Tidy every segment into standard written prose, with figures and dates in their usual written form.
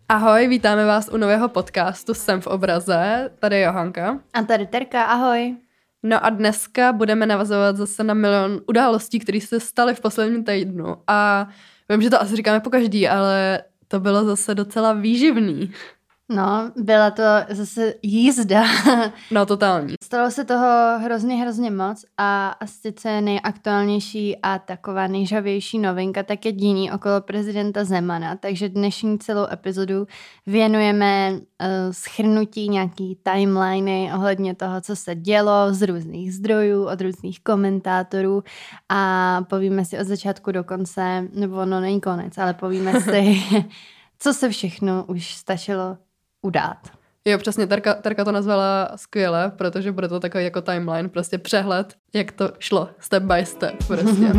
Ahoj, vítáme vás u nového podcastu Jsem v obraze. Tady je Johanka. A tady Terka, ahoj. No a dneska budeme navazovat zase na milion událostí, které se staly v posledním týdnu. A vím, že to asi říkáme pokaždý, ale to bylo zase docela výživný. No, byla to zase jízda. No, totální. Stalo se toho hrozně moc a sice nejaktuálnější a taková nejžavější novinka tak je dění okolo prezidenta Zemana, takže dnešní celou epizodu věnujeme shrnutí nějaký timeliny ohledně toho, co se dělo z různých zdrojů, od různých komentátorů a povíme si od začátku do konce, nebo no není konec, ale povíme si, co se všechno už stačilo udát. Jo, přesně, Terka to nazvala skvěle, protože bude to takový jako timeline, prostě přehled, jak to šlo step by step, prostě.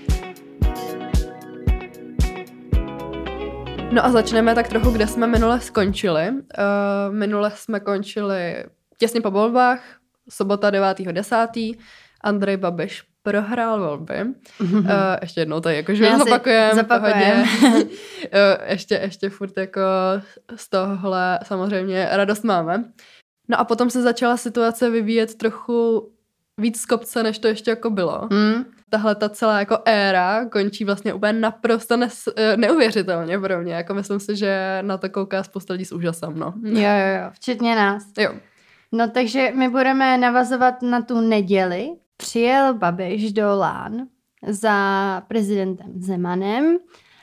No a začneme tak trochu, kde jsme minule skončili. Minule jsme končili těsně po volbách, sobota 9.10. Andrej Babiš prohrál volby. Ještě jednou tady jakože zopakujeme. ještě furt jako z tohohle samozřejmě radost máme. No a potom se začala situace vyvíjet trochu víc z kopce, než to ještě jako bylo. Tahle ta celá jako éra končí vlastně úplně naprosto neuvěřitelně pro mě. Jako myslím si, že na to kouká spousta lidí s úžasem, no. Jo, včetně nás. Jo. No takže my budeme navazovat na tu neděli. Přijel Babiš do Lán za prezidentem Zemanem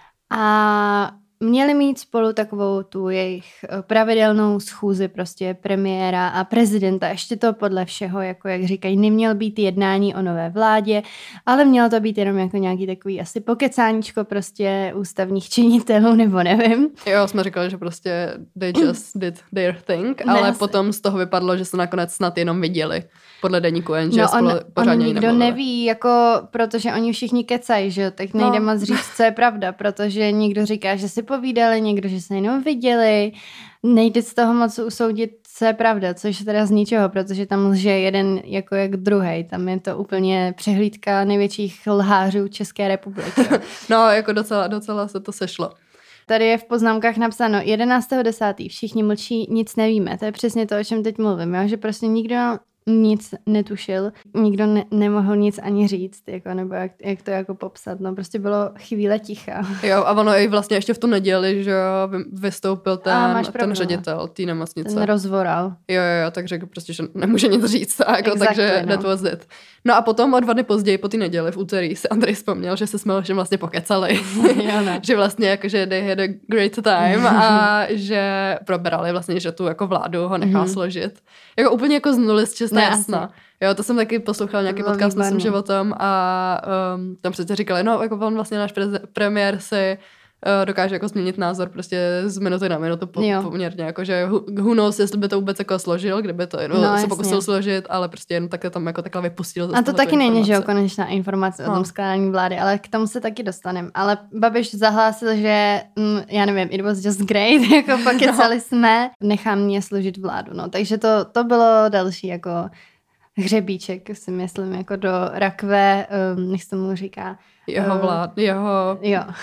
a měli mít spolu takovou tu jejich pravidelnou schůzi prostě premiéra a prezidenta. Ještě to podle všeho, jako jak říkají, neměl být jednání o nové vládě, ale mělo to být jenom jako nějaký takový asi pokecáníčko prostě ústavních činitelů, nebo nevím. Jo, jsme říkali, že prostě they just did their thing, ale potom z toho vypadlo, že se nakonec snad jenom viděli podle deníku N, že on nikdo neví, jako, protože oni všichni kecají, že jo, tak nejde moc říct, co je pravda, protože někdo říká, že si povídali, někdo, že se jenom viděli, nejde z toho moc usoudit, co je pravda, což je teda z ničeho, protože tam lže jeden jako jak druhej, tam je to úplně přehlídka největších lhářů České republiky. No, jako docela se to sešlo. Tady je v poznámkách napsáno 11.10. Všichni mlčí, nic nevíme. To je přesně to, o čem teď mluvím, jo? Že prostě nikdo nic netušil, nikdo nemohl nic ani říct, jako, nebo jak to jako popsat, no prostě bylo chvíle ticha. Jo, a ono i vlastně ještě v tu neděli, že vystoupil ten ředitel té nemocnice. Ten rozvoral. Jo, tak řekl prostě, že nemůže nic říct, a jako, takže that was it. No a potom o 2 dny později, po té neděli, v úterý, si Andrej vzpomněl, že se jsme vlastně pokecali. Že vlastně jakože they had a great time a že probrali vlastně, že tu jako vládu ho nechá složit. Jako úplně jako z nuly z čistá jasna. Jo, to jsem taky poslouchala nějaký podcast, myslím, že o tom a tam přece říkali, no jako on vlastně náš premiér si dokáže jako změnit názor prostě z minuty na minutu poměrně, jakože who knows, jestli by to vůbec jako složil, kdyby to se pokusil složit, ale prostě jen tak tam jako takhle vypustil. A to taky není, že jo, konečná informace o tom skládání vlády, ale k tomu se taky dostaneme. Ale Babiš zahlásil, že já nevím, it was just great, jako pokecali jsme, nechám mě složit vládu, no, takže to bylo další jako hřebíček, si myslím, jako do rakve, jak se tomu říká, jeho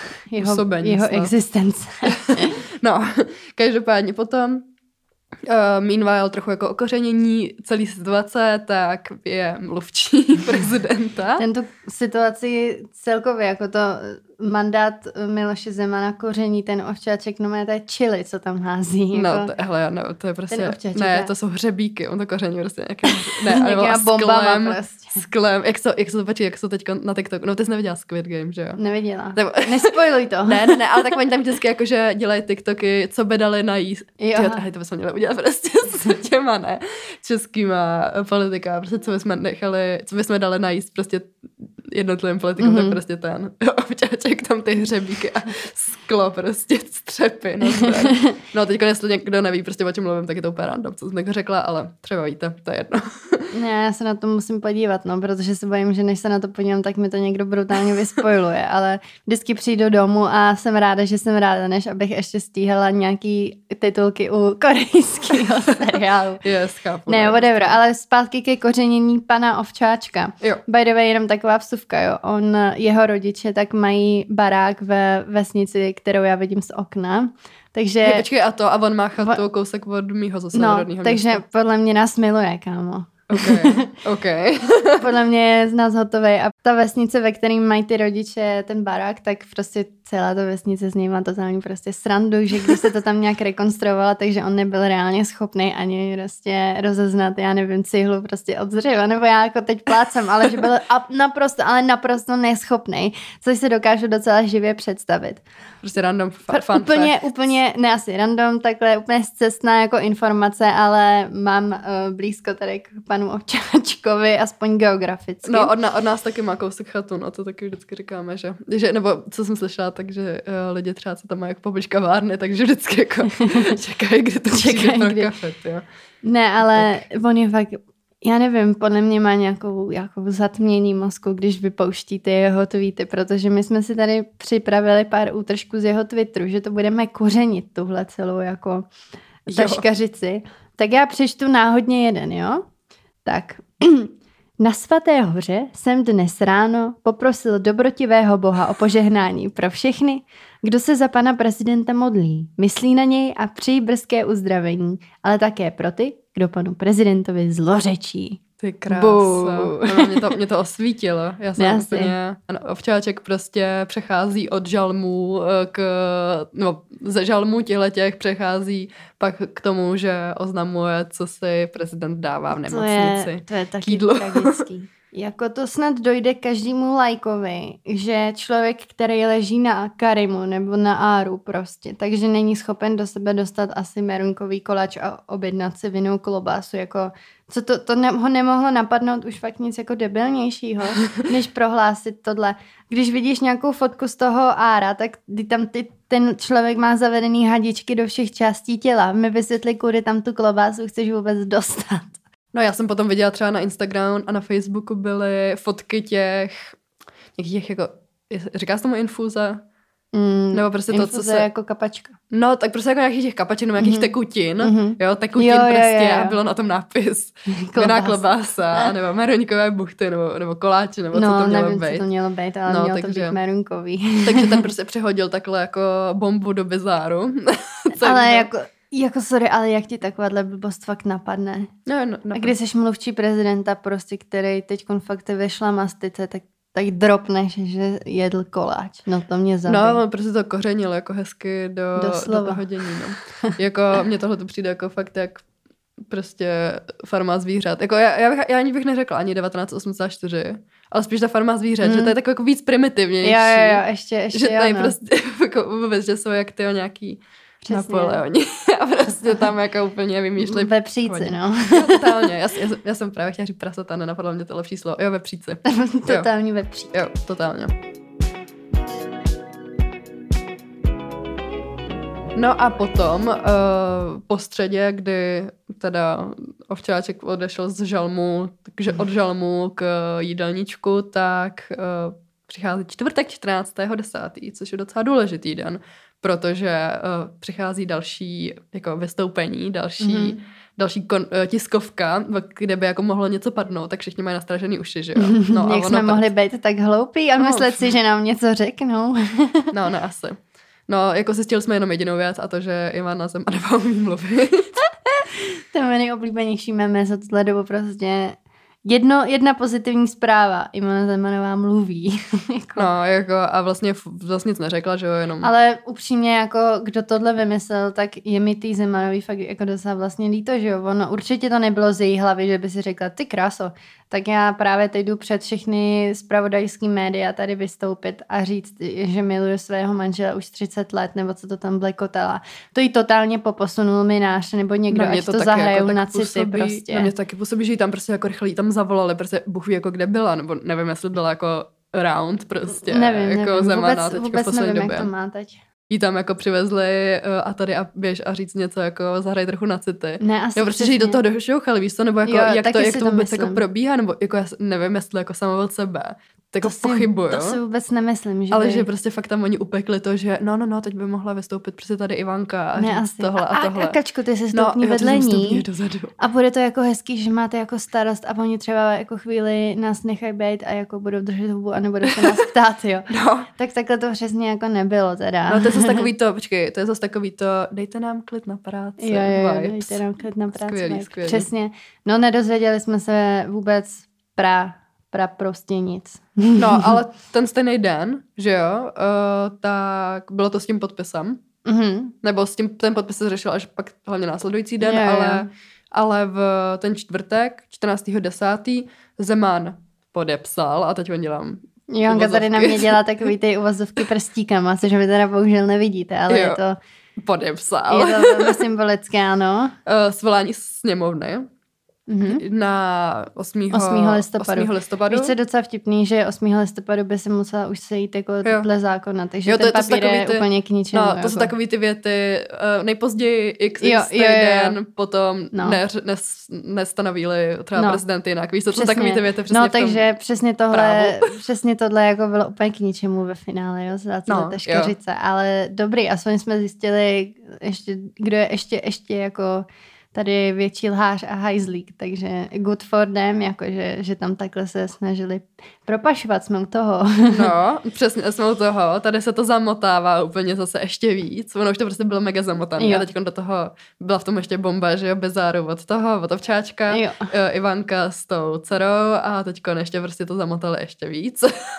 existence. No, každopádně potom meanwhile trochu jako okořenění celé situace, tak je mluvčí prezidenta. Tento situaci celkově, jako to mandát Miloše Zemana koření, ten ovčáček, no to je chili, co tam hází. Jako, to je prostě, to jsou hřebíky, on to koření prostě nějaká bomba prostě. Sklem, jak se teď na TikToku, no ty jsi neviděla Squid Game, že jo? Neviděla. Nespoiluj to. Ne, ale tak oni tam vždycky jakože dělají TikToky, co by dali najíst. To bychom měli udělat prostě s těma, ne? Českýma politika, prostě co bychom dali najíst prostě jednotlivým politikům, tak prostě ten ovčáček, tam ty hřebíky a sklo prostě střepy. No teďko, jestli někdo neví prostě o čem mluvím, tak je to úplně random, co jsem řekla, ale třeba víte, to je jedno. Ne, já se na to musím podívat, no, protože se bojím, že než se na to podívám, tak mi to někdo brutálně vyspoiluje, ale vždycky přijdu domů a jsem ráda, než abych ještě stíhala nějaký titulky u korejského seriálu. Yes, chápu. Ne, whatever, ale zpátky ke kořenění pana Ovčáčka. Jo. By the way, jenom taková vsuvka, jo. Jeho rodiče tak mají barák ve vesnici, kterou já vidím z okna, Takže... Počkej, a on má chatu kousek od mýho zase rodného takže města. podle mě nás miluje, kámo. Okay. Podle mě je z nás hotovej a ta vesnice, ve kterým mají ty rodiče ten barák, tak prostě celá ta vesnice z něj má totální prostě srandu, že když se to tam nějak rekonstruovala, takže on nebyl reálně schopný ani prostě rozeznat, já nevím, cihlu prostě od dřeva, nebo já jako teď plácem, ale že byl naprosto neschopný, což se dokážu docela živě představit. Prostě random fun úplně, ne asi random, takhle úplně zcestná jako informace, ale mám blízko tady k panu Ovčáčkovi, aspoň geograficky. No, od nás taky má kousek chatu, no to taky vždycky říkáme, že nebo co jsem slyšela, takže lidi třeba se tam mají jako poblíž kavárny, takže vždycky jako čekají, kdy to přijde pro kafe, jo. Ne, ale on je fakt, já nevím, podle mě má nějakou zatmění mozku, když vypouští ty jeho tweety, protože my jsme si tady připravili pár útržků z jeho Twitteru, že to budeme kořenit tuhle celou jako taškařici. Tak já přečtu náhodně jeden, jo? Tak, na Svaté hoře jsem dnes ráno poprosil dobrotivého Boha o požehnání pro všechny, kdo se za pana prezidenta modlí, myslí na něj a přejí brzké uzdravení, ale také pro ty, kdo panu prezidentovi zlořečí. Ty krása. Mě to osvítilo. Já jsem úplně... Ovčáček prostě přechází od žalmů ze žalmů těch přechází pak k tomu, že oznamuje, co si prezident dává v nemocnici. To je taky tragický. Jako to snad dojde každému lajkovi, že člověk, který leží na Karimu nebo na Áru prostě, takže není schopen do sebe dostat asi merunkový koláč a objednat si vinnou klobásu, jako ho nemohlo napadnout už fakt nic jako debilnějšího, než prohlásit tohle. Když vidíš nějakou fotku z toho Ára, tak tam ten člověk má zavedený hadičky do všech částí těla. Mi vysvětli, kudy tam tu klobásu chceš vůbec dostat. No já jsem potom viděla třeba na Instagramu a na Facebooku byly fotky nějakých jako, říká se tomu infuze? Nebo prostě infuze to, co se... jako kapačka. No, tak prostě jako nějakých těch kapačin, nebo nějakých tekutin. Jo, tekutin prostě a bylo na tom nápis. Vinná klobása, nebo meruňkové buchty, nebo koláče, nebo co to mělo být. Co to mělo být, ale mělo to být merunkový. Takže ten prostě přehodil takhle jako bombu do bizáru. Ale jako sorry, ale jak ti takováhle blbost fakt napadne? No, a když jsi mluvčí prezidenta prostě, který teď fakt ve šlamastice, tak dropneš, že jedl koláč. No to mě zabij. No, prostě to kořenil jako hezky do toho dění. No. Jako mně tohle to přijde jako fakt jak prostě farma zvířat. Jako já ani bych neřekla ani 1984, ale spíš ta farma zvířat, že to je takový jako víc primitivnější. Jo, ještě že tady no. prostě jako vůbec, že jsou jak ty nějaký Napoleoni. A prostě tam jako úplně vymýšlej. Vepříci, no. Totálně. Já jsem právě chtěla říct prasata, nenapadlo mě to lepší slovo. Jo, vepříci. Totální vepříci. Jo, totálně. No a potom po středě, kdy teda Ovčáček odešel z žalmu, takže od žalmu k jídelníčku, tak přichází čtvrtek 14.10., což je docela důležitý den, protože přichází další jako vystoupení, další tiskovka, kde by jako mohlo něco padnout, tak všichni mají nastražený uši, že jo. No, jak jsme mohli být tak hloupí a myslet si, že nám něco řeknou. No, asi. No, jako zjistili jsme jenom jedinou věc a to, že Ivana Zemanová umí mluvit. To je nejoblíbenější meme za tuhle dobu prostě. Jedna pozitivní zpráva. Ivana Zemanová mluví. No, jako a vlastně nic neřekla, že jo, jenom. Ale upřímně, jako kdo tohle vymyslel, tak je mi tý Zemanový fakt jako docela vlastně líto, že jo. Ono určitě to nebylo z její hlavy, že by si řekla, ty kráso, tak já právě teď jdu před všechny zpravodajský média tady vystoupit a říct, že miluju svého manžela už 30 let, nebo co to tam blekotala. To jí totálně poposunul Minář, nebo někdo, ať to zahrajou jako na city prostě. Na mě to taky působí, že jí tam prostě jako rychle jí tam zavolali, prostě Bůh ví jako kde byla, nebo nevím, jestli byla jako around prostě. Nevím. Zemana teďka v poslední době. Jak to má teď. Jí tam jako přivezli a tady a běž a říct něco jako zahraj trochu na city. Ne, asi jo, protože jí do toho došouchali, víš to, nebo jako, jo, jak to vůbec myslím. jako probíhá, nebo jako já nevím, jestli jako sama od sebe. jako pochybuju. To si vůbec nemyslím, že ale že prostě fakt tam oni upekli to, že no, teď by mohla vystoupit prostě tady Ivanka a říct tohle a tohle. A Kačko, ty se stoupni vedle ní dozadu. A bude to jako hezký, že máte jako starost a oni třeba jako chvíli nás nechají být a jako budou držet hubu a nebudou se nás ptát, jo. No. Tak takhle to přesně jako nebylo teda. No to je zase takový to, dejte nám klid na práci. Jo, dejte nám klid na práci. Skvělý. Přesně. No nedozvěděli jsme se vůbec prostě nic. No, ale ten stejný den, že jo, tak bylo to s tím podpisem. Mm-hmm. Nebo ten podpis se řešil až pak hlavně následující den, ale v ten čtvrtek, 14.10. Zeman podepsal a teď on dělám Jonka tady na mě dělá takový ty uvozovky prstíkama, což vy teda bohužel nevidíte, ale je to... Podepsal. Je to velmi symbolické, ano. Svolání sněmovny. Na 8. listopadu. Víš, co je docela vtipný, že 8. listopadu by se musela už sejít jako dle zákona, takže ten papír je úplně k ničemu. No, to jsou takový ty věty, nejpozději x den, potom nestanoví-li třeba prezident jinak. Víš, to jsou takový ty věty přesně v tom takže přesně tohle jako bylo úplně k ničemu ve finále, jo, za celé té škařice. Ale dobrý, aspoň jsme zjistili, kdo je ještě jako tady větší lhář a hajzlík, takže good for them, jakože že tam takhle se snažili propašovat, jsme u toho. No, přesně jsme u toho, tady se to zamotává úplně zase ještě víc, ono už to prostě bylo mega zamotané a teď do toho byla v tom ještě bomba, že jo, Bezáru od Ovčáčka, Ivanka s tou dcerou a teďkon ještě prostě to zamotali ještě víc.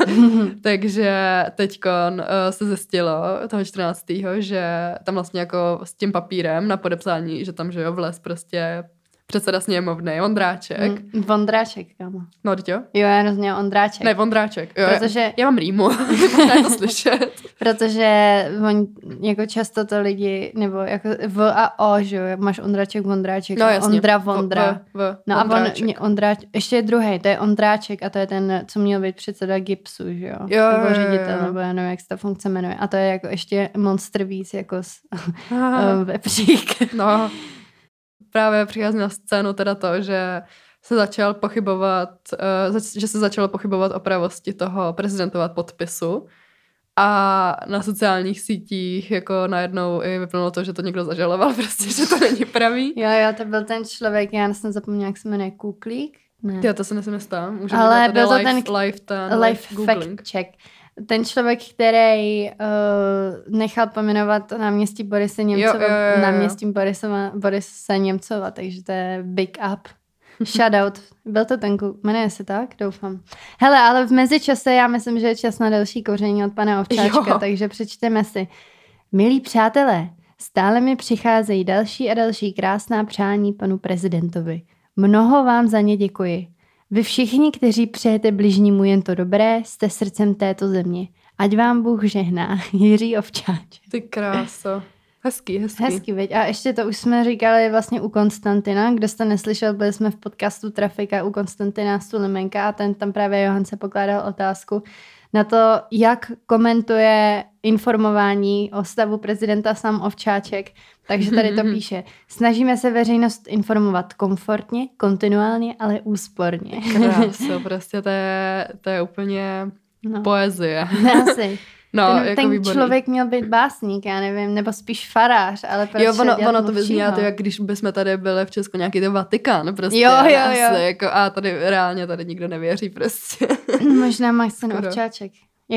Takže teďkon se zjistilo toho 14. že tam vlastně jako s tím papírem na podepsání, že tam, že jo, vles prostě předseda sněmovny, Vondráček. Vondráček, kámo. No, teď jo? Jo, já rozuměla Ondráček. Ne, Vondráček. Jo, protože... Já mám rýmu, možná to slyšet. Protože on, jako často to lidi, nebo jako V a O, že jo, máš Ondráček, Vondráček, no, jasně. Vondra. No Vondráček. A Ondráček, ještě je druhý, to je Ondráček a to je ten, co měl být předseda GIBSu, že jo? Jo. Nebo ředitel, nebo já nevím, jak se ta funkce jmenuje. A to je jako ještě monster víc, jako vepřík. No. Právě přichází na scénu teda to, že se začalo pochybovat o pravosti toho prezidentova podpisu a na sociálních sítích jako najednou i vyplynulo to, že to někdo zažaloval, prostě, že to není pravý. Jo, to byl ten člověk, já jsem zapomněla, jak se jmenuje, Kuklík? Ne. Já to se nesmím stát. Ale byl to ten live fact check. Ten člověk, který nechal pojmenovat náměstí Borise Němcova, náměstím Borise Němcova, takže to je big up. Shoutout. Byl to ten jmenuje se tak? Doufám. Hele, ale v mezičase já myslím, že je čas na další kouření od pana Ovčáčka, takže přečteme si. Milí přátelé, stále mi přicházejí další a další krásná přání panu prezidentovi. Mnoho vám za ně děkuji. Vy všichni, kteří přejete bližnímu jen to dobré, jste srdcem této země. Ať vám Bůh žehná. Jiří Ovčáček. Ty kráso. Hezký. Hezký, veď. A ještě to už jsme říkali vlastně u Konstantina. Kdo jste neslyšel, byli jsme v podcastu Trafika u Konstantina Sulimenka a ten tam právě Johan se pokládal otázku na to, jak komentuje informování o stavu prezidenta sám Ovčáček. Takže tady to píše. Snažíme se veřejnost informovat komfortně, kontinuálně, ale úsporně. Kráso, prostě to je úplně poezie. Asi. No, ten člověk měl být básník, já nevím, nebo spíš farář, ale proč ono to vyznělo to, jak když bychom tady byli v Česku nějaký to Vatikán, prostě. Jo. Jako, a tady reálně tady nikdo nevěří prostě. Možná máš ten Ovčáček.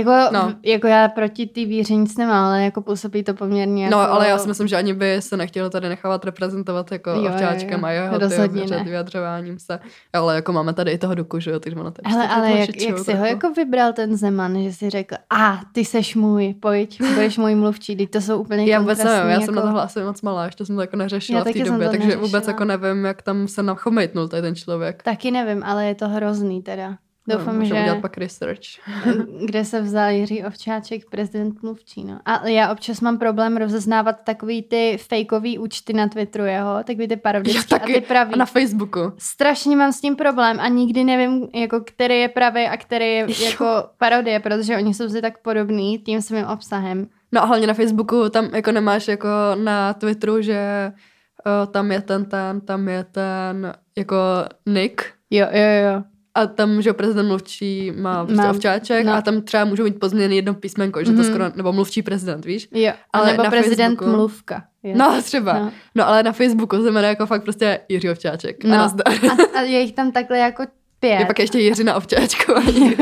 Jako já proti té víře nic nemám, ale jako působí to poměrně jako... No, ale já si myslím, že ani by se nechtělo tady nechávat reprezentovat jako Ovčáčkem a jeho před vyjadřováním se. Ale jako máme tady i toho Duku, že jo, takže ono tady... Ale jak si ho jako vybral ten Zeman, že si řekl, ty seš můj, pojď, budeš můj mluvčí, teď to jsou úplně já vůbec nevím, já jako... jsem na tohle asi moc malá, ještě jsem to jako neřešila v té době, takže vůbec jako nevím, jak tam se nachomejtnul tady ten člověk. Taky nevím, ale je to hrozný teda. Doufám, že... udělat pak research. Kde se vzal Jiří Ovčáček, prezident mluvčí, no. A já občas mám problém rozeznávat takový ty fejkový účty na Twitteru, takový ty parodičky a ty pravý. A na Facebooku. Strašně mám s tím problém a nikdy nevím, jako který je pravý a který je jako parodie, protože oni jsou si tak podobný tím svým obsahem. No a hlavně na Facebooku tam jako nemáš jako na Twitteru, že tam je ten jako Nick. Jo. a tam, že prezident mluvčí má prostě ovčáček a tam třeba můžou mít pozměněný jedno písmenko, že to skoro, nebo mluvčí prezident, víš? Jo, ale nebo na prezident Facebooku, mluvka. Je. No třeba, no ale na Facebooku se jmenuje jako fakt prostě Jiří Ovčáček. No. A je jich tam takhle jako 5. Je pak ještě Jiřina Ovčáčku.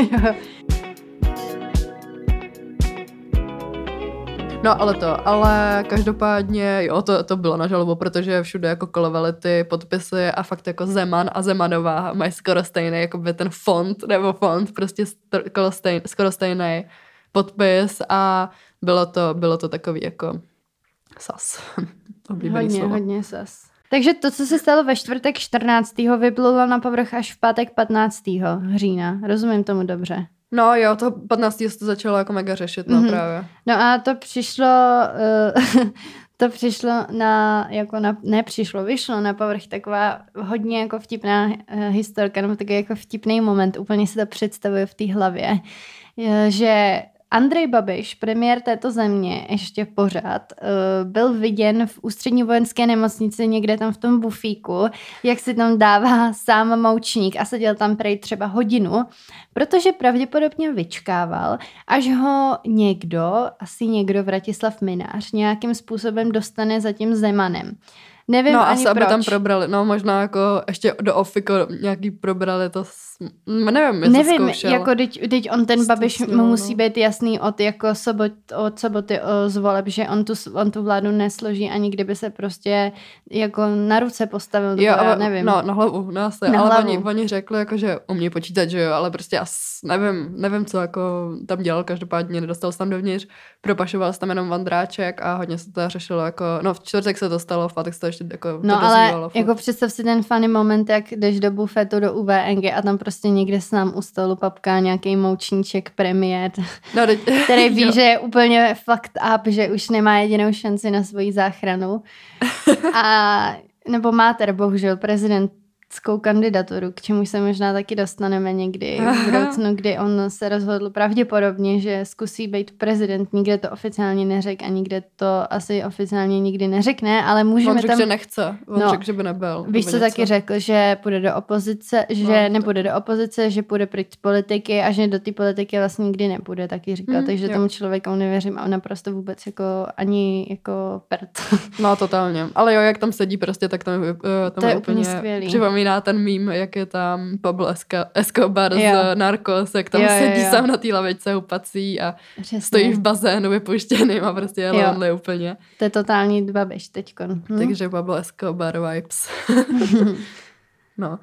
No ale každopádně, jo, to bylo na žalobu, protože všude jako kolovaly ty podpisy a fakt jako Zeman a Zemanová mají skoro stejný, jako by ten font, prostě skoro stejný podpis a bylo to takový jako sas. Hodně sas. Takže to, co se stalo ve čtvrtek 14. vyplulo na povrch až v pátek 15. října. Rozumím tomu dobře. No jo, toho 15. se to začalo jako mega řešit, no právě. No a to vyšlo na povrch taková hodně jako vtipná historka, nebo takový jako vtipný moment, úplně si to představuje v té hlavě, že Andrej Babiš, premiér této země, ještě pořád, byl viděn v ústřední vojenské nemocnici někde tam v tom bufíku, jak si tam dává sám moučník a seděl tam prej třeba hodinu, protože pravděpodobně vyčkával, až ho asi někdo Vratislav Mynář nějakým způsobem dostane za tím Zemanem. Nevím no, ani asi, proč. aby tam probrali, no možná jako ještě do ofiko nějaký probrali to, nevím, zkoušel. Jako teď on ten Babiš mu musí být jasný od soboty z voleb, že on tu vládu nesloží, ani kdyby se prostě jako na ruce postavil, jo, já nevím. No, na hlavu, no asi, ale oni řekli, jako, že umí počítat, že jo, ale prostě nevím, co jako tam dělal, každopádně nedostal se tam dovnitř, propašoval se tam jenom Vandráček a hodně se to řešilo, jako, no v čtvrtek se to stalo, v pátek se to ještě jako no ale jako představ si ten funny moment, jak jdeš do bufetu, do UVNG a tam prostě někde s nám u stolu papká nějaký moučníček premiér, který ví, že je úplně fucked up, že už nemá jedinou šanci na svoji záchranu. A nebo máte, bohužel, prezidentskou kandidaturu, k čemu se možná taky dostaneme někdy v budoucnu, kdy on se rozhodl pravděpodobně, že zkusí být prezident. Nikde to oficiálně neřekl a nikde to asi oficiálně nikdy neřekne, ale můžeme on řekl, tam... že nechce. On řekl, že by nebyl. Víš, co taky řekl, že půjde do opozice, že nepůjde do opozice, že půjde pryč z politiky a že do té politiky vlastně nikdy nepůjde, taky říkal. Takže tomu člověku nevěřím a naprosto vůbec jako ani jako pert. No totálně. Ale jo, jak tam sedí prostě, tak to je úplně skvělý. Připomíná ten mím, jak je tam Pablo Escobar z Narcos, jak tam sedí sám na té lavičce hupací a stojí v bazénu vypuštěným a prostě je lonely úplně. To je totální Babiš teďkon. Takže Pablo Escobar vibes. No.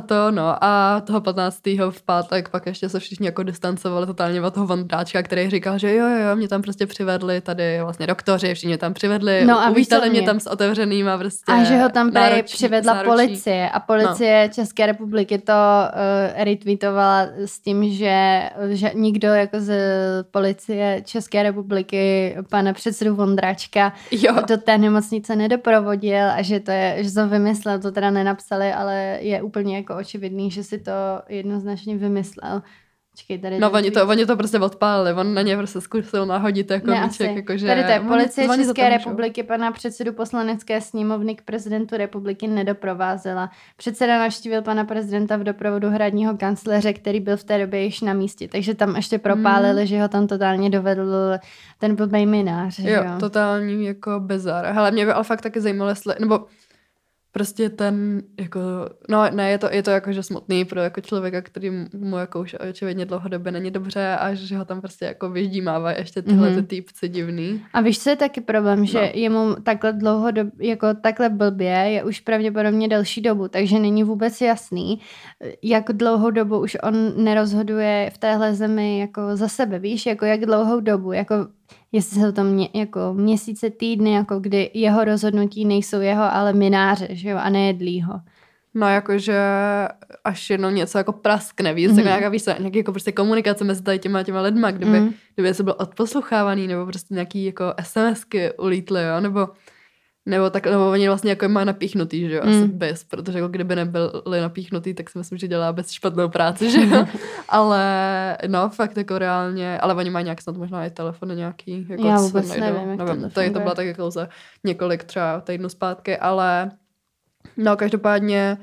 A toho 15. v pátek pak ještě se všichni jako distancovali totálně od toho Vondráčka, který říkal, že jo, mě tam prostě přivedli tady vlastně doktoři, všichni tam přivedli, uvítali mě tam s otevřenýma prostě. A že ho tam přivedla policie a policie České republiky to retweetovala s tím, že nikdo jako z policie České republiky pana předsedu Vondráčka do té nemocnice nedoprovodil a že to vymyslel, to teda nenapsali, ale je úplně jako očividný, že si to jednoznačně vymyslel. Počkej, tady oni to prostě odpálili, on na ně prostě zkusil nahodit jako míček. Jakože, tady to je policie České republiky pana předsedu poslanecké sněmovny k prezidentu republiky nedoprovázela. Předseda navštívil pana prezidenta v doprovodu hradního kancléře, který byl v té době již na místě, takže tam ještě propálili, že ho tam totálně dovedl ten blbej Mynář. Jo, totální jako bizar. Hele, mě by ale fakt taky zajímalo, jestli, nebo prostě ten, jako, no ne, je to jakože smutný pro jako člověka, který mu jako už očividně dlouhodobě není dobře a že ho tam prostě jako vyždímává ještě tyhle ty týpci divný. A víš, co je taky problém, že je mu takhle dlouhodobě, jako takhle blbě je už pravděpodobně delší dobu, takže není vůbec jasný, jak dlouhou dobu už on nerozhoduje v téhle zemi jako za sebe, víš, jako jak dlouhou dobu, jako jestli jsou to jako měsíce, týdny, jako kdy jeho rozhodnutí nejsou jeho, ale Mynáře, že jo, a nejedlýho. No jakože až jednou něco jako praskne, víc, nějaká nějaký jako prostě komunikace mezi tady těma lidma, kdyby se byl odposlouchávaný, nebo prostě nějaký jako SMSky ulítly, jo, nebo oni vlastně jako mají napíchnutý, že jo, asi bez, protože jako kdyby nebyli napíchnutý, tak si myslím, že dělá bez špatnou práci, že jo, ale no, fakt jako reálně, ale oni mají nějak snad možná i telefony nějaký, jako já vůbec nevím, tady to byla tak jako za několik třeba týdnů zpátky, ale no, každopádně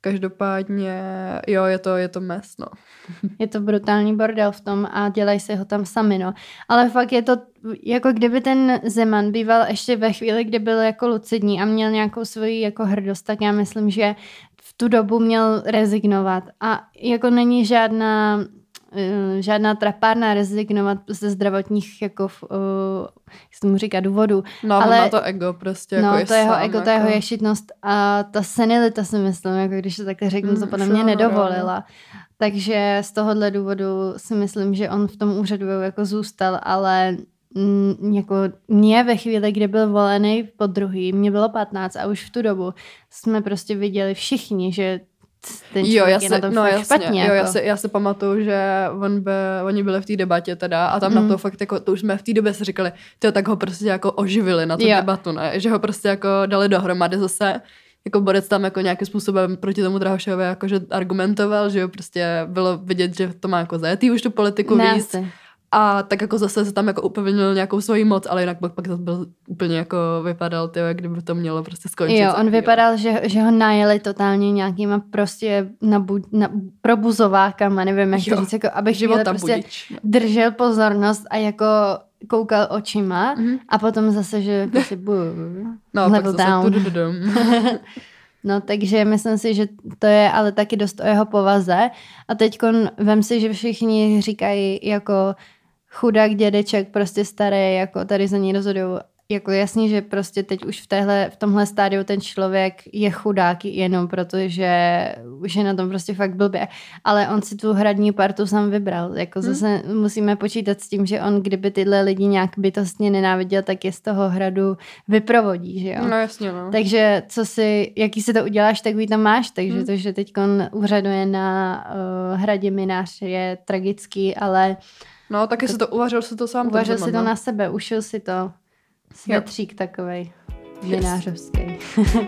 Každopádně, jo, je to mes, no. Je to brutální bordel v tom a dělají si ho tam sami, no. Ale fakt je to, jako kdyby ten Zeman býval ještě ve chvíli, kdy byl jako lucidní a měl nějakou svoji jako hrdost, tak já myslím, že v tu dobu měl rezignovat. A jako není žádná trapárna rezignovat ze zdravotních jako jak se tomu říká, důvodů. No, ale má to ego prostě. No, jako to jeho ego, to jeho ješitnost a ta senilita si myslím, jako když to takhle řeknu, to podle mě nedovolila. Takže z tohohle důvodu si myslím, že on v tom úřadu jako zůstal, ale jako mě ve chvíli, kdy byl volený po druhý, mě bylo 15 a už v tu dobu jsme prostě viděli všichni, že ten člověk je na tom fakt špatně. Jo, já si pamatuju, že oni byli v té debatě teda a tam na to fakt jako, to už jsme v té době si říkali, tak ho prostě jako oživili na tu debatu, ne? Že ho prostě jako dali dohromady zase. Jako Borec tam jako nějakým způsobem proti tomu Drahošovi jakože argumentoval, že jo, prostě bylo vidět, že to má jako zajetý už tu politiku víc. A tak jako zase se tam jako upevnil nějakou svoji moc, ale jinak pak to byl úplně jako vypadal, tyjo, jak kdyby to mělo prostě skončit. Jo, on vypadal, že ho najeli totálně nějakýma prostě probuzovákama, nevím, jak to říct, jako aby chvíli prostě držel pozornost a jako koukal očima a potom zase, že prostě level down. No, takže myslím si, že to je ale taky dost o jeho povaze. A teďkon vem si, že všichni říkají jako chudák dědeček, prostě starý, jako tady za ní rozhodují. Jako jasně, že prostě teď už v tomhle stádiu ten člověk je chudák jenom protože už je na tom prostě fakt blbě. Ale on si tu hradní partu sám vybral. Jako zase musíme počítat s tím, že on kdyby tyhle lidi nějak bytostně nenáviděl, tak je z toho hradu vyprovodí, že jo? No jasně, no. Takže jaký si to uděláš, takový tam máš. Takže to, že teďkon úřaduje na hradě Minář je tragický, ale... No, taky uvařil si to sám. Uvařil si to na sebe, ušil si to. Světřík takovej minářovský.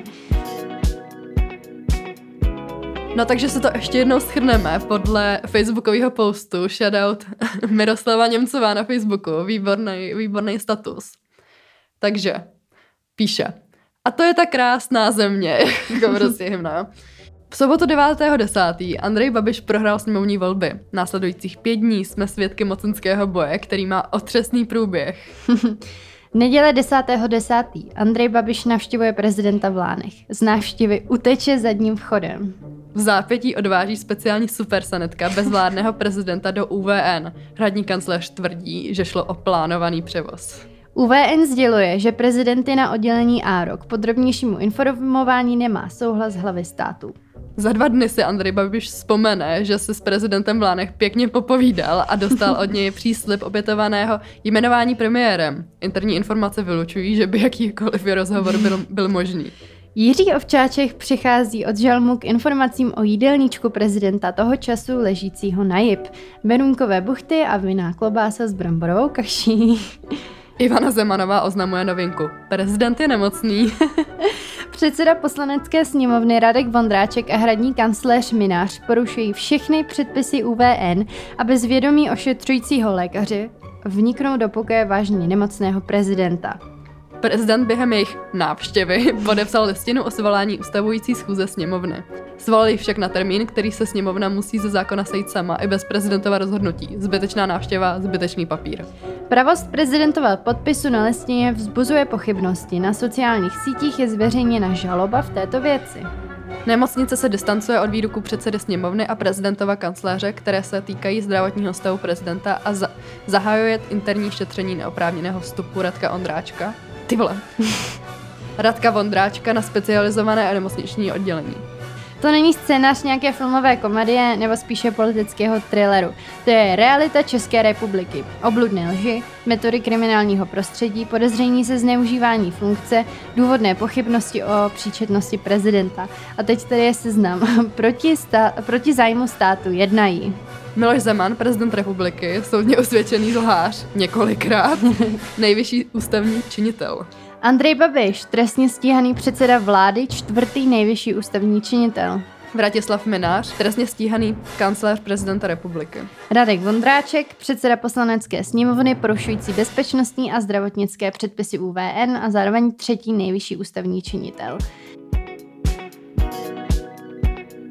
No takže se to ještě jednou shrneme podle facebookového postu. Shoutout Miroslava Němcová na Facebooku. Výborný status. Takže píše. A to je ta krásná země. Jako prostě hymna. V sobotu 9.10. Andrej Babiš prohrál sněmovní volby. Následujících 5 dní jsme svědky mocenského boje, který má otřesný průběh. Neděle 10.10. Andrej Babiš navštěvuje prezidenta v Lánech. Z návštěvy uteče zadním vchodem. V zápětí odváží speciální supersanetka bezvládného prezidenta do UVN. Hradní kancléř tvrdí, že šlo o plánovaný převoz. UVN sděluje, že prezident je na oddělení ARO. K podrobnějšímu informování nemá souhlas hlavy státu. Za 2 dny si Andrej Babiš vzpomene, že se s prezidentem v Lánech pěkně popovídal a dostal od něj příslib opětovaného jmenování premiérem. Interní informace vylučují, že by jakýkoliv rozhovor byl možný. Jiří Ovčáček přichází od žalmu k informacím o jídelníčku prezidenta toho času ležícího na jip. Berunkové buchty a vinná klobása s bramborovou kaší. Ivana Zemanová oznamuje novinku. Prezident je nemocný. Předseda poslanecké sněmovny Radek Vondráček a hradní kancléř Minář porušují všechny předpisy UVN a bez vědomí ošetřujícího lékaře vniknou do pokoje vážně nemocného prezidenta. Prezident během jejich návštěvy podepsal listinu o svolání ustavující schůze sněmovny. Svolali však na termín, který se sněmovna musí ze zákona sejít sama i bez prezidentova rozhodnutí. Zbytečná návštěva, zbytečný papír. Pravost prezidentova podpisu na listině vzbuzuje pochybnosti. Na sociálních sítích je zveřejněna žaloba v této věci. Nemocnice se distancuje od výroku předsedy sněmovny a prezidentova kancléře, které se týkají zdravotního stavu prezidenta a zahajuje interní šetření neoprávněného vstupu Radka Vondráčka. Ty vole. Radka Vondráčka na specializované a nemocniční oddělení. To není scénář nějaké filmové komedie nebo spíše politického thrilleru. To je realita České republiky. Obludné lži, metody kriminálního prostředí, podezření ze zneužívání funkce, důvodné pochybnosti o příčetnosti prezidenta. A teď tady je seznam. Proti zájmu státu jednají. Miloš Zeman, prezident republiky, soudně osvědčený lhář, několikrát, nejvyšší ústavní činitel. Andrej Babiš, trestně stíhaný předseda vlády, 4. nejvyšší ústavní činitel. Vratislav Minář, trestně stíhaný kancléř prezidenta republiky. Radek Vondráček, předseda poslanecké sněmovny, porušující bezpečnostní a zdravotnické předpisy UVN a zároveň 3. nejvyšší ústavní činitel.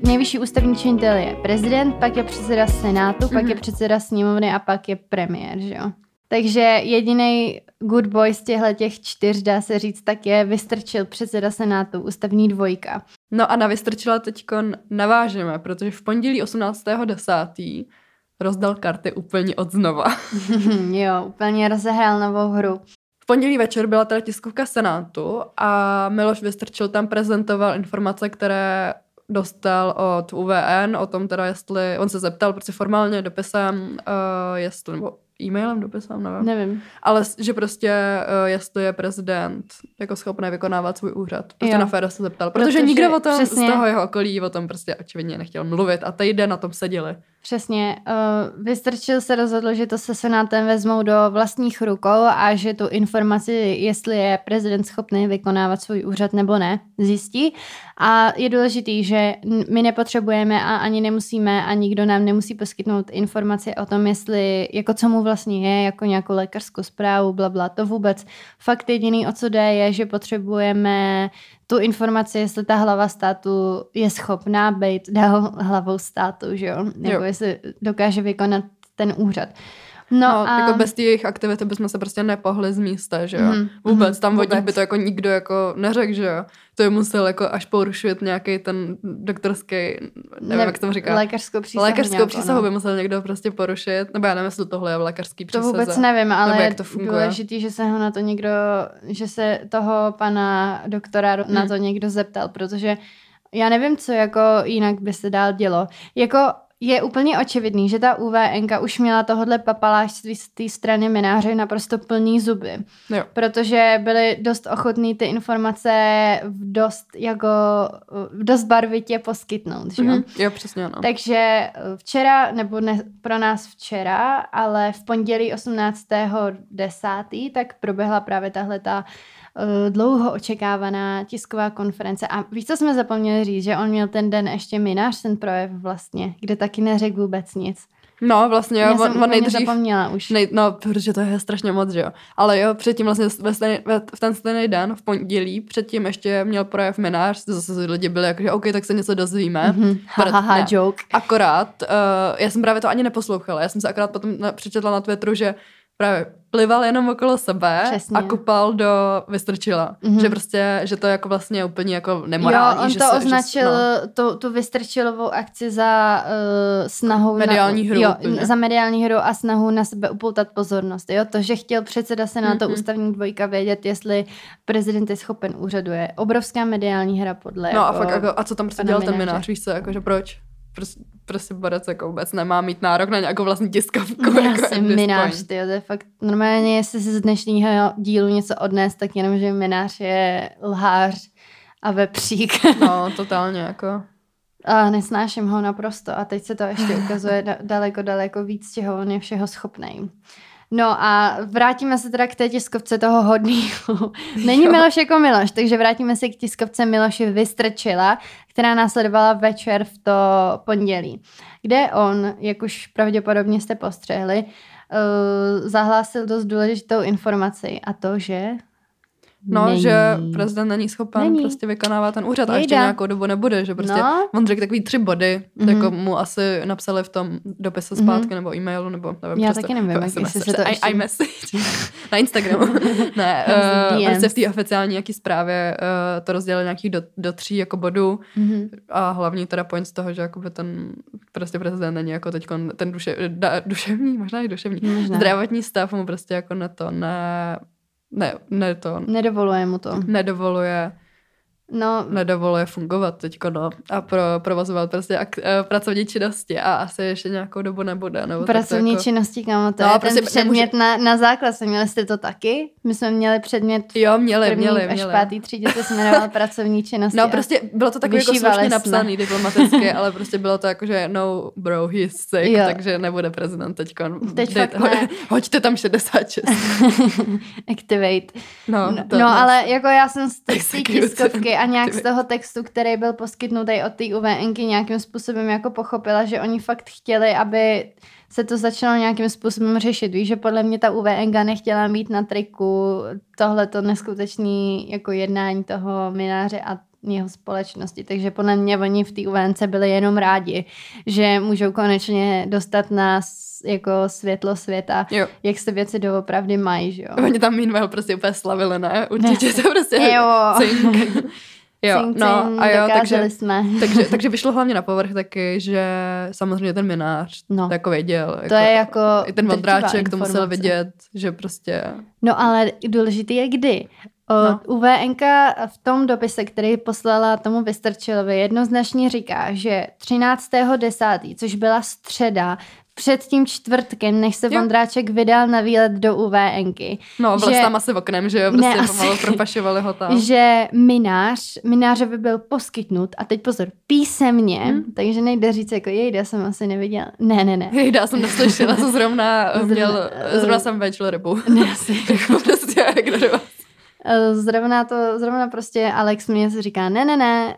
nejvyšší ústavní činitel je prezident, pak je předseda senátu, pak je předseda sněmovny a pak je premiér, že jo. Takže jedinej good boy z těch 4, dá se říct, tak je Vystrčil, předseda senátu, ústavní dvojka. No a na Vystrčila teďko navážeme, protože v pondělí 18.10. rozdal karty úplně od znova. Jo, úplně rozehrál novou hru. V pondělí večer byla teda tiskovka senátu a Miloš Vystrčil tam prezentoval informace, které dostal od UVN o tom teda, jestli, on se zeptal prostě formálně dopisem, jestli, nebo e-mailem dopisem, nevím. Ale že prostě, jestli je prezident jako schopný vykonávat svůj úřad. Prostě na féro se zeptal, protože nikdo o tom přesně, z toho jeho okolí o tom prostě očividně nechtěl mluvit a týden na tom seděli. Přesně. Vystrčil se rozhodl, že to se senátem vezmou do vlastních rukou a že tu informaci, jestli je prezident schopný vykonávat svůj úřad nebo ne, zjistí. A je důležitý, že my nepotřebujeme a ani nemusíme a nikdo nám nemusí poskytnout informaci o tom, jestli, jako co mu vlastně je, jako nějakou lékařskou zprávu, blabla, to vůbec. Fakt jediný, o co jde, je, že potřebujeme tu informaci, jestli ta hlava státu je schopná být dál hlavou státu, že jo? Jako jestli dokáže vykonat ten úřad. No a... jako bez jejich aktivity bychom se prostě nepohli z místa, že jo? Vůbec, tam od nich by to jako nikdo jako neřekl, že jo? To je musel jako až porušit nějaký ten doktorský, nevím, jak to říká. Lékařskou přísahu by musel někdo prostě porušit, nebo já nevím, jestli tohle je v lékařský přísaze. To vůbec nevím, ale je důležitý, že se ho na to někdo, že se toho pana doktora na to někdo zeptal, protože já nevím, co jako jinak by se dál dělo. Jako je úplně očividný, že ta UVNka už měla tohodle papalášství z té strany Mynáře naprosto plný zuby. Jo. Protože byli dost ochotní ty informace v dost barvitě poskytnout. Že? Jo, přesně ano. Takže včera, nebo ne pro nás včera, ale v pondělí 18.10. tak proběhla právě tahleta dlouho očekávaná tisková konference. A víš, co jsme zapomněli říct, že on měl ten den ještě Mynář ten projev vlastně, kde taky neřekl vůbec nic. No, vlastně jo, on nejdřív... zapomněla už. No, protože to je strašně moc, že jo. Ale jo, předtím vlastně v ten stejný den, v pondělí, předtím ještě měl projev Mynář, zase lidi byli jako, že OK, tak se něco dozvíme. Joke. Akorát, já jsem právě to ani neposlouchala, já jsem se akorát potom přečetla na Twitteru, že právě plival jenom okolo sebe. Přesně. A kupal do Vystrčila. Že prostě, že to jako vlastně úplně jako nemorální. Jo, on to označil tu Vystrčilovou akci za snahu mediální hru. Jo, za mediální hru a snahu na sebe upoutat pozornost. Jo, to, že chtěl předseda senátu ústavní dvojka vědět, jestli prezident je schopen úřadu, je obrovská mediální hra podle. No a fakt jako, a co tam prostě dělal ten Mynář, víš co, jakože proč? Prostě Borec jako vůbec nemá mít nárok na nějakou vlastní tiskovku. Já jsem Mynář, to je fakt normálně, jestli si z dnešního dílu něco odnes, tak jenom, že Mynář je lhář a vepřík. No, totálně jako. A nesnáším ho naprosto a teď se to ještě ukazuje daleko víc, čeho on je všeho schopnej. No a vrátíme se teda k té tiskovce toho hodnýho. Není Miloš jako Miloš, takže vrátíme se k tiskovce Miloše Vystrčila, která následovala večer v to pondělí, kde on, jak už pravděpodobně jste postřehli, zahlásil dost důležitou informaci a to, že... že prezident není schopen prostě vykonávat ten úřad a ještě nějakou dobu nebude, že prostě on řekl takový 3 body, jako mu asi napsali v tom dopise zpátky nebo e-mailu, nebo nevím. Já taky nevím, jestli se to ještě... iMessage na Instagramu. Ne, prostě v té oficiální nějaký zprávě to rozdělili nějakých do 3 jako bodů a hlavní teda point z toho, že jakoby ten prostě prezident není jako teď ten duševní, možná i duševní, zdravotní stav mu prostě jako nedovoluje mu to. Nedovoluje fungovat teďko, a provozovat prostě pracovní činnosti a asi ještě nějakou dobu nebude. Nebo pracovní jako... činnosti, kámo, to je prostě ten předmět na základ. Měli jste to taky? My jsme měli předmět měli. Až 5. třídě se jmenoval pracovní činnosti. No prostě bylo to takový jako slušně napsaný diplomaticky, ale prostě bylo to jako, že no bro, he is sick, takže nebude prezident teďko. Hoďte tam 66. Activate. Ale jako já jsem z té tiskovky a nějak z toho textu, který byl poskytnutý od té UVNky nějakým způsobem jako pochopila, že oni fakt chtěli, aby se to začalo nějakým způsobem řešit. Víš, že podle mě ta UVNka nechtěla mít na triku tohleto neskutečný jako jednání toho Mynáře a jeho společnosti. Takže podle mě oni v té UVNC byli jenom rádi, že můžou konečně dostat na jako světlo světa, jak se věci doopravdy mají, že jo. Oni tam meanwhile prostě úplně slavili, ne? Určitě to prostě cink. Takže vyšlo hlavně na povrch taky, že samozřejmě ten minář to jako věděl. To je jako i ten Vondráček to musel vidět, že prostě... No ale důležitý je kdy. UVNK v tom dopise, který poslala tomu Vystrčilovi, jednoznačně říká, že 13.10., což byla středa, před tím čtvrtkem, než se Vondráček vydal na výlet do UVNky. No, byl tam asi v oknem, že jo, prostě pomalu propašovali ho tam. Že minářovi byl poskytnut, a teď pozor, písemně, takže nejde říct jako, jejda jsem asi neviděla. Ne. Jejda jsem neslyšela, co zrovna jsem večel rybu. Ne, asi. Prostě ignorovat. Zrovna prostě Alex mě si říká, ne,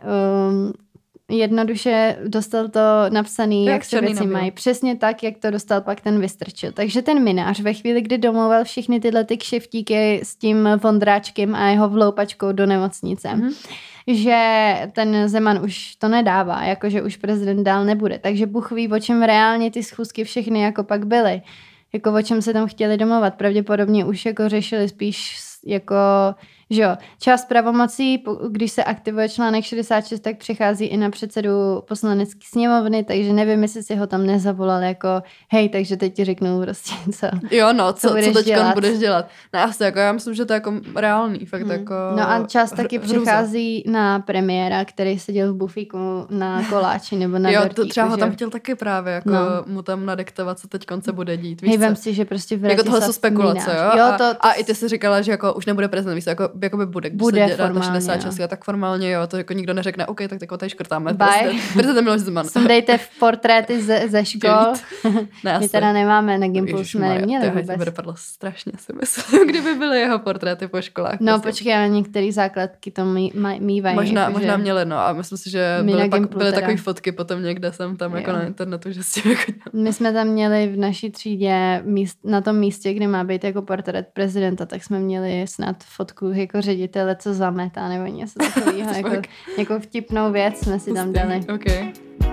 jednoduše dostal to napsaný, jak se věci mají. Přesně tak, jak to dostal pak ten Vystrčil. Takže ten minář ve chvíli, kdy domluval všechny tyhle ty kšeftíky s tím Vondráčkem a jeho vloupačkou do nemocnice, že ten Zeman už to nedává, jakože už prezident dál nebude. Takže Bůh ví, o čem reálně ty schůzky všechny jako pak byly. Jako o čem se tam chtěli domluvat. Pravděpodobně už jako řešili spíš jako, že jo, část pravomocí, když se aktivuje článek 66, tak přichází i na předsedu poslanecké sněmovny, takže nevím, jestli si ho tam nezavolal jako, hej, takže teď ti řeknu prostě, co. Jo, no, co teďka budeš dělat. Ne, asi jako, já myslím, že to je jako reálný, fakt jako. No a část taky přichází na premiéra, který seděl v bufíku na koláči nebo na dortíku. Jo, to třeba ho tam chtěl taky právě, jako mu tam nadiktovat, co teď konce bude dít. Hej, vem si, že prostě v jako tohle jsou spekulace, jo? A i ty si říkala, že jako už nebude prezident, víš, jako by bude formálně, 66, tak formálně jo, to jako nikdo neřekne, OK, tak tady škrtáme. Prezident Miloš Zeman. Sundejte v portréty ze škol. My teda nemáme, na Gimplu jsme neměli vůbec. To by dopadlo strašně, si myslím, kdyby byly jeho portréty po školách. No počkej, ale některé základky to mývají. Možná měli, no a myslím si, že byly takové fotky potom někde jsem tam jako na internetu, že s tím jako my jsme tam měli v naší třídě na tom místě, kde má být jako portrét prezidenta, tak jsme měli snad fotku jako ředitele, co zametá, nebo něco takového, jako vtipnou věc jsme si tam dali. Okay.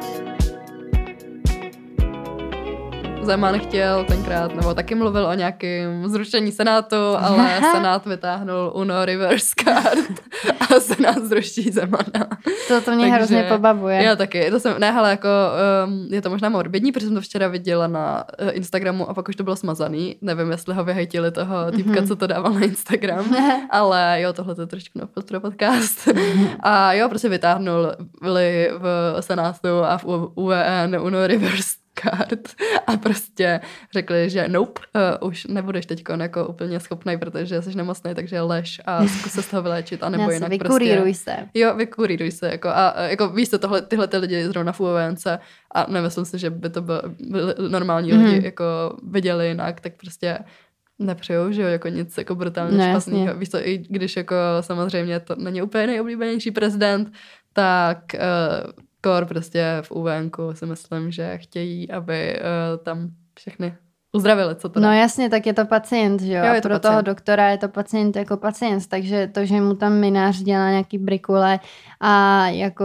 Zeman chtěl tenkrát, nebo taky mluvil o nějakém zrušení Senátu, ale Senát vytáhnul Uno reverse card a Senát zruší Zemana. To mě hrozně pobavuje. Já taky. Jako, je to možná morbidní, protože jsem to včera viděla na Instagramu a pak už to bylo smazaný. Nevím, jestli ho vyhejtili toho týpka, co to dával na Instagram, ale jo, tohle to je trošku pro podcast. A jo, prostě vytáhnul v Senátu a v UVN Uno reverse card a prostě řekli, že nope, už nebudeš teď jako úplně schopnej, protože jsi nemocnej, takže lež a zkus se z toho vyléčit, anebo jinak vykuríruj se. Jo, vykuríruj se. A jako víš co, tyhle lidi zrovna v UVNC a nemyslím si, že by to byli normální lidi jako viděli jinak, tak prostě nepřejou, že jo, jako nic jako brutálně špatného. Víš co, i když jako samozřejmě to není úplně nejoblíbenější prezident, tak prostě v UVNku si myslím, že chtějí, aby tam všechny uzdravili, co to dá. No jasně, tak je to pacient, že jo? A pro toho doktora je to pacient jako pacient, takže to, že mu tam minář dělá nějaký brikule a jako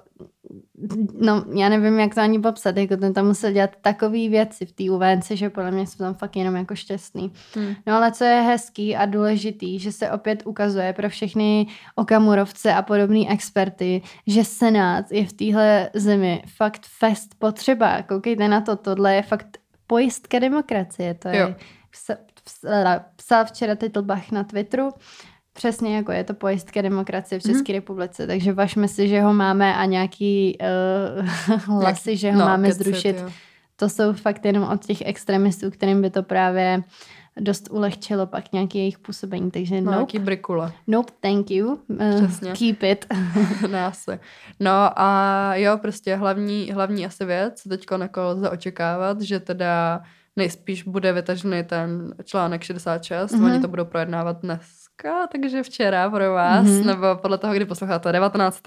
no, já nevím, jak to ani popsat, jako ten tam musel dělat takový věci v té UVNce, že podle mě jsou tam fakt jenom jako šťastný. No ale co je hezký a důležitý, že se opět ukazuje pro všechny okamurovce a podobný experty, že Senát je v téhle zemi fakt fest potřeba. Koukejte na to, tohle je fakt pojistka demokracie. To je, psal včera Titlbach na Twitteru, přesně jako je to pojistka demokracie v České republice, takže važme si, že ho máme a nějaký hlasy, že ho máme zrušit. To jsou fakt jenom od těch extremistů, kterým by to právě dost ulehčilo pak nějaký jejich působení, takže nějaký brikule. Nope, thank you. Keep it. No a jo, prostě hlavní asi věc, teďko lze očekávat, že teda nejspíš bude vytažený ten článek 66, oni to budou projednávat dneska, takže včera pro vás, nebo podle toho, kdy posloucháte 19.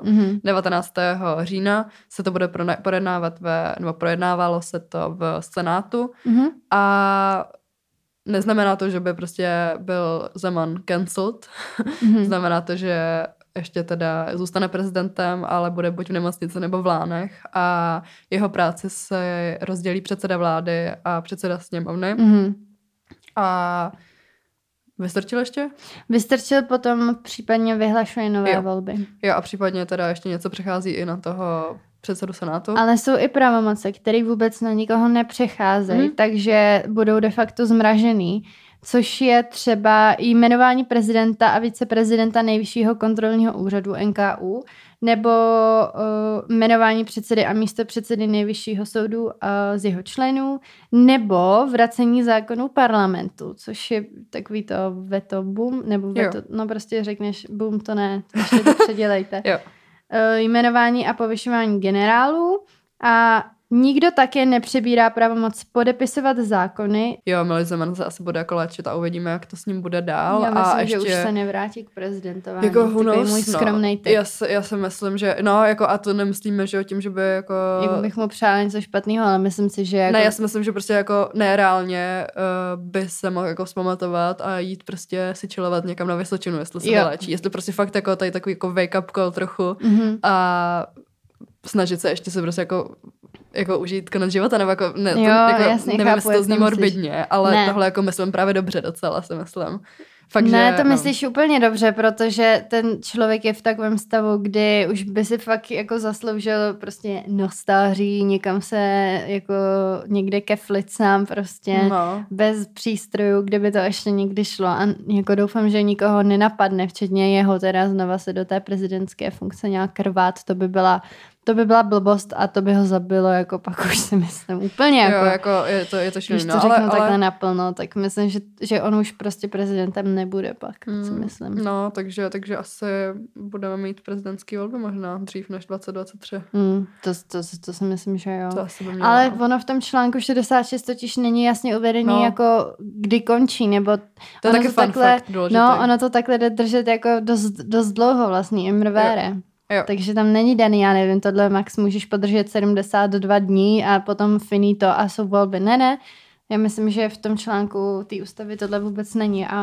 října se to bude projednávat nebo projednávalo se to v Senátu a neznamená to, že by prostě byl Zeman cancelled. Znamená to, že ještě teda zůstane prezidentem, ale bude buď v nemocnici nebo v Lánech a jeho práci se rozdělí předseda vlády a předseda sněmovny. A Vystrčil ještě? Vystrčil, potom případně vyhlašuje nové volby. Jo, a případně teda ještě něco přechází i na toho předsedu Senátu. Ale jsou i pravomoce, které vůbec na nikoho nepřecházejí, takže budou de facto zmražený, což je třeba jmenování prezidenta a viceprezidenta Nejvyššího kontrolního úřadu NKÚ, nebo jmenování předsedy a místopředsedy Nejvyššího soudu z jeho členů, nebo vracení zákonů parlamentu, což je takový to veto boom, nebo veto, no prostě řekneš boom, to ne, ještě to předělejte. Jmenování a povyšování generálů a nikdo také nepřebírá pravomoc podepisovat zákony. Jo, Miloš Zeman se asi bude jako léčit a uvidíme, jak to s ním bude dál. Já myslím, a ještě... že už se nevrátí k prezidentování. Jako můj skromnej typ. Já si myslím, že jako a to nemyslíme, že tím, že by jako bych mu přála něco špatného, ale myslím si, že jako... Ne, já si myslím, že prostě jako nereálně by se mohl jako vzpamatovat a jít prostě si chillovat někam na Vysočinu, jestli se vyléčí. Jestli prostě fakt jako tady takový jako wake up call trochu a snažit se ještě se prostě jako užít konec života, nebo jako, ne, to, jako jasně, nevím, jestli to zní morbidně, ale tohle jako myslím právě dobře docela, si myslím. Fakt, ne, to myslíš úplně dobře, protože ten člověk je v takovém stavu, kdy už by si fakt jako zasloužil prostě nostalží, někam se jako někde keflit sám prostě, bez přístrojů, kde by to ještě někdy šlo a jako doufám, že nikoho nenapadne, včetně jeho teda znova se do té prezidentské funkce nějak rvát, to by byla blbost a to by ho zabilo, jako pak už si myslím úplně jako je to šílený. Když to řeknu takhle naplno, tak myslím, že on už prostě prezidentem nebude pak, si myslím. No, takže asi budeme mít prezidentský volby možná dřív než 2023. To si myslím, že jo. To asi by mělo. Ale ono v tom článku 66 totiž není jasně uvedený, jako kdy končí, nebo to je taky fun fact důležitý. No, ono to takhle jde držet jako dost dlouho vlastně, imrvére. Jo. Takže tam není daný, já nevím, tohle max můžeš podržet 72 dní a potom finito a jsou volby. Ne, já myslím, že v tom článku té ústavy tohle vůbec není a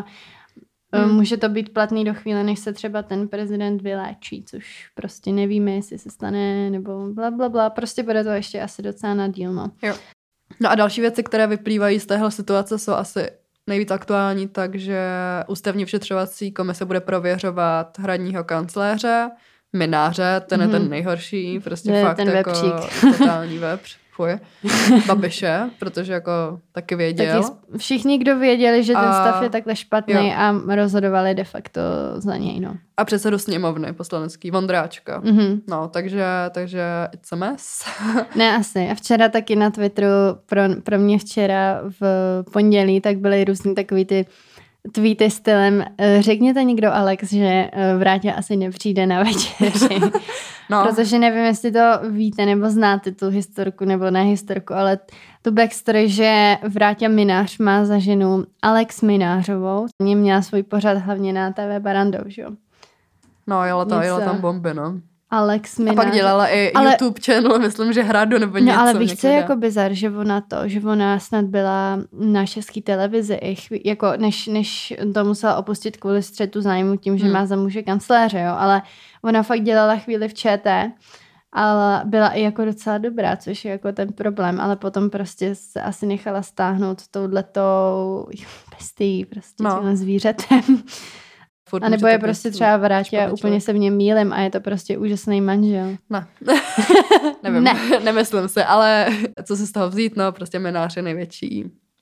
může to být platný do chvíle, než se třeba ten prezident vyléčí, což prostě nevíme, jestli se stane nebo blablabla, prostě bude to ještě asi docela na díl, no. Jo. No a další věci, které vyplývají z téhle situace, jsou asi nejvíc aktuální, takže ústavní vyšetřovací komise bude prověřovat hradního kancléře, Mynáře, ten je ten nejhorší, prostě je fakt ten jako vepřík. totální vepř. Fuj. Babiše, protože jako taky věděl. Taky všichni, kdo věděli, že ten stav je takhle špatný a rozhodovali de facto za něj, no. A předsedu sněmovny poslanecký, Vondráčka. No, takže it's a mess. Ne, asi. A včera taky na Twitteru, pro mě včera v pondělí, tak byly různý takový ty tweety stylem řekněte někdo Alex, že Vrátě asi nepřijde na večeři. Protože nevím, jestli to víte nebo znáte tu historku nebo ne historku, ale tu backstory, že Vráťa Mynář má za ženu Alex Mynářovou. Mě měla svůj pořad hlavně na TV Barandov, že jo? No, jela tam bomby, no. Alex Mynář. A pak dělala i YouTube channel, myslím, že Hradu nebo něco. No ale víš, co je jako bizar, že ona snad byla na české televizi, jako než to musela opustit kvůli střetu zájmu tím, že má za muže kancléře, jo, ale ona fakt dělala chvíli v ČT, ale byla i jako docela dobrá, což je jako ten problém, ale potom prostě se asi nechala stáhnout touhletou bestí, prostě tímhle zvířetem. A nebo je prostě třeba Vrátě a úplně se v něm mýlim a je to prostě úžasný manžel. Ne. Nevím, nemyslím si, ale co si z toho vzít, no prostě Mynář je největší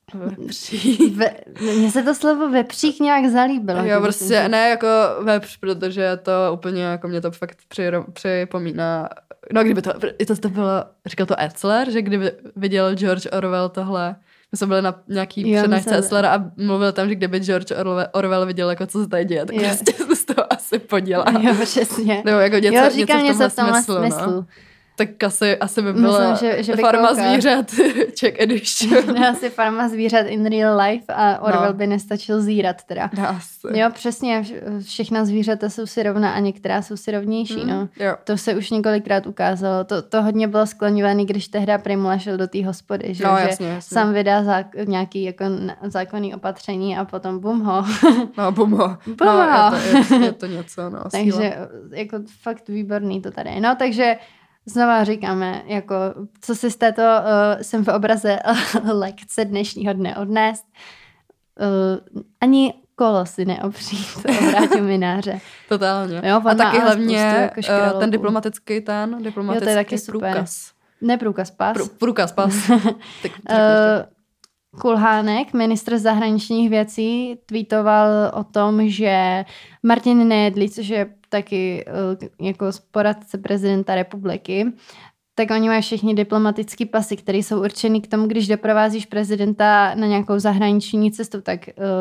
vepřík. Mně se to slovo vepřík nějak zalíbilo. Jo, prostě ne jako vepř, protože to úplně jako mě to fakt připomíná. No kdyby to bylo, říkal to Etzler, že kdyby viděl George Orwell tohle. My jsme byli na nějaký přednášce Etzlera a mluvil tam, že kdyby George Orwell viděl, jako co se tady děje, tak prostě se z toho asi podělá. Jo, přesně. Nebo jako něco v tomhle smyslu. No. Tak asi by byla myslím, že Farma zvířat Czech edition. Asi Farma zvířat in real life a Orwell by nestačil zírat teda. Jo, přesně, všechna zvířata jsou si rovna a některá jsou si rovnější, no. Jo. To se už několikrát ukázalo. To hodně bylo skloňovaný, když tehda Primula šel do té hospody, že, no, jasně, jasně. Sám vydá nějaký jako zákonný opatření a potom bum ho. No, bum ho. Je to něco, no. Takže jako fakt výborný to tady. No, takže znova říkáme, jako, co si z této jsem v obraze lekce dnešního dne odnést. Ani kolo si neopřít o Vráťu Mináře. Totálně. Jo, a taky hlavně jako ten diplomatický průkaz. Ne průkaz, pas. Průkaz, pas. Kulhánek, ministr zahraničních věcí, tweetoval o tom, že Martin Nejedlý, což je taky jako poradce prezidenta republiky, tak oni mají všichni diplomatický pasy, které jsou určený k tomu, když doprovázíš prezidenta na nějakou zahraniční cestu, tak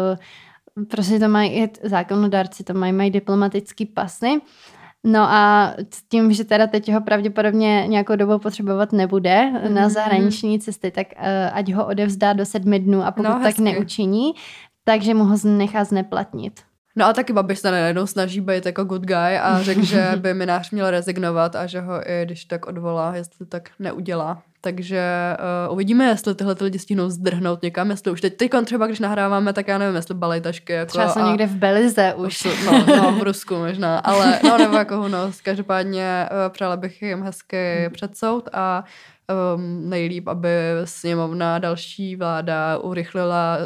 prostě to mají i zákonodárci, to mají diplomatický pasy. No a s tím, že teda teď ho pravděpodobně nějakou dobu potřebovat nebude na zahraniční cesty, tak ať ho odevzdá do 7 dnů a pokud tak neučiní, takže mu ho nechá zneplatnit. No a taky Babiš se najednou snaží být jako good guy a řekl, že by Mynář měl rezignovat a že ho i když tak odvolá, jestli tak neudělá. Takže uvidíme, jestli tyhle lidi stihnou zdrhnout někam, jestli už teď třeba, když nahráváme, tak já nevím, jestli balej tašky. Jako, třeba jsou někde v Belize už. No, v Rusku možná, ale no, nebo jako hunos. Každopádně přála bych jim hezky před soud a nejlíp, aby sněmovna, další vláda urychlila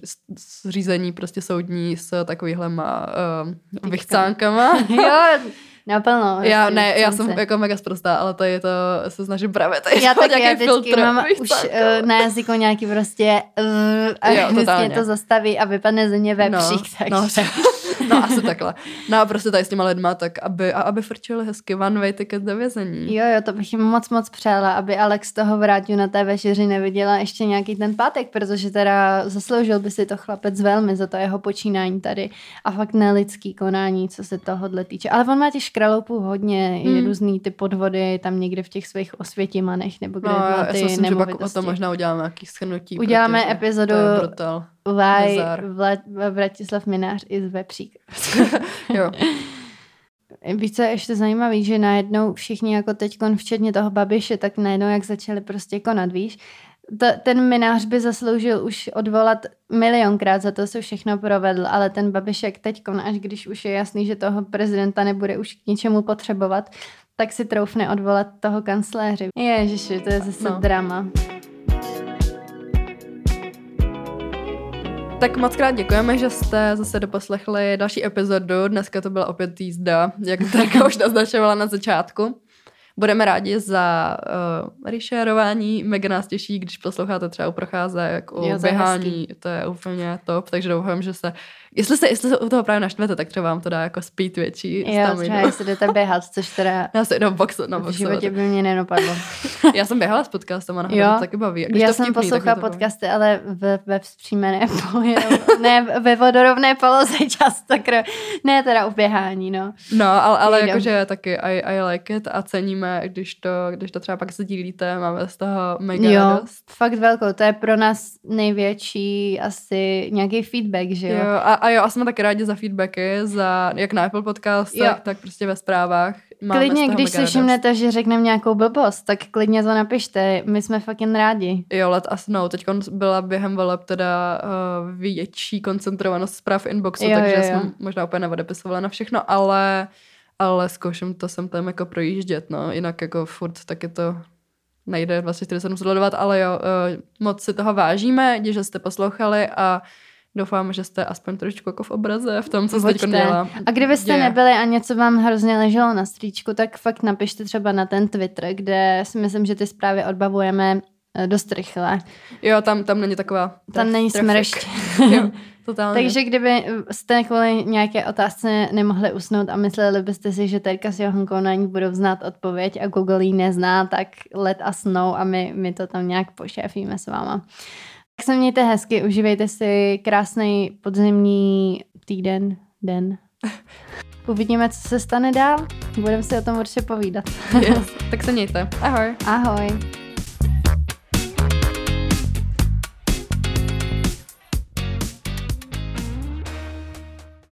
řízení prostě soudní s takovýhlema vychcánkama. Jo, naplno. Já jsem jako mega sprostá, ale tady to se snažím právě tady já vždycky mám už na jazyku nějaký prostě a vždycky to zastaví a vypadne ze mě vepřík. No asi takhle. No a prostě tady s těma lidma, tak aby frčili hezky one way ticket do vězení. Jo, to bych jim moc přála, aby Alex toho Vráťu na té večeři neviděla ještě nějaký ten pátek, protože teda zasloužil by si to chlapec velmi za to jeho počínání tady a fakt nelidský konání, co se tohodle týče. Ale on má těch škraloupů hodně, i různý ty podvody tam někde v těch svých Osvětimanech, nebo kde má ty nemovitosti. Já pak o tom možná uděláme nějaký shrnutí. Uděláme epizodu Why Vratislav Mynář is vepřík. Jo. Víš, co je ještě zajímavý, že najednou všichni jako teďkon, včetně toho Babiše, tak najednou jak začali prostě konat, víš. Ten Mynář by zasloužil už odvolat milionkrát za to, co všechno provedl, ale ten Babišek teďkon, až když už je jasný, že toho prezidenta nebude už k ničemu potřebovat, tak si troufne odvolat toho kancléře. Ježiši, to je zase drama. Tak moc krát děkujeme, že jste zase doposlechli další epizodu. Dneska to byla opět jízda, jak Terka už naznačovala na začátku. Budeme rádi za resharování. Mega nás těší, když posloucháte třeba u procházek, u běhání. To je úplně top, takže doufám, že se... Jestli se u toho právě naštvete, tak třeba vám to dá jako speed větší staminu. Jo, třeba jestli jdete běhat, což teda... Já se jdu boxu. V životě by mě nenapadlo. Já jsem běhala s podcastem a nahoře to taky baví. Já jsem poslouchala podcasty, ale ve vzpřímené ne, ve vodorovné poloze často. Ne teda u běhání, no. No, ale jakože taky I like it a ceníme, když to třeba pak sdílíte, máme z toho mega radost. Fakt velkou, to je pro nás největší asi nějaký feedback, že jo? A jsme taky rádi za feedbacky, jak na Apple podcastech, tak prostě ve zprávách. Klidně, když si všimnete, že řekneme nějakou blbost, tak klidně to napište, my jsme fucking rádi. Jo, let us know. Teď byla během voleb teda větší koncentrovanost zpráv inboxu, takže jsme možná úplně neodepisovala na všechno, ale zkouším to sem tam jako projíždět, no. Jinak jako furt taky to nejde 24/7 sledovat, ale jo, moc si toho vážíme, že jste poslouchali a doufám, že jste aspoň trošičku jako v obraze v tom, co se teď dělá. A kdybyste nebyli a něco vám hrozně leželo na stříčku, tak fakt napište třeba na ten Twitter, kde si myslím, že ty zprávy odbavujeme dost rychle. Jo, tam není taková... Tam není smršť. Jo, totálně. Takže kdyby jste kvůli nějaké otázce nemohli usnout a mysleli byste si, že Terka s Johankou na ní budou znát odpověď a Google ji nezná, tak let us know a my to tam nějak pošéfíme s váma. Tak se mějte hezky, užívejte si krásný podzimní den. uvidíme, co se stane dál. Budeme si o tom určitě povídat. Yes. Tak se mějte. Ahoj. Ahoj.